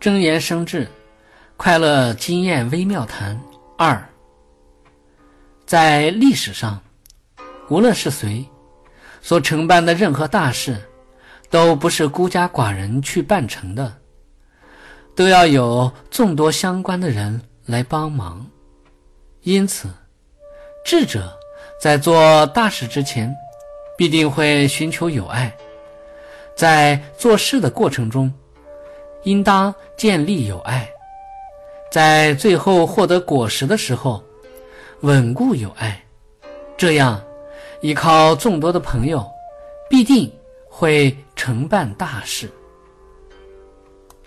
真言生智，快乐经验微妙谈2。在历史上，无论是谁所承办的任何大事，都不是孤家寡人去办成的，都要有众多相关的人来帮忙。因此，智者在做大事之前，必定会寻求友爱，在做事的过程中，应当建立友爱，在最后获得果实的时候，稳固友爱。这样，依靠众多的朋友，必定会承办大事。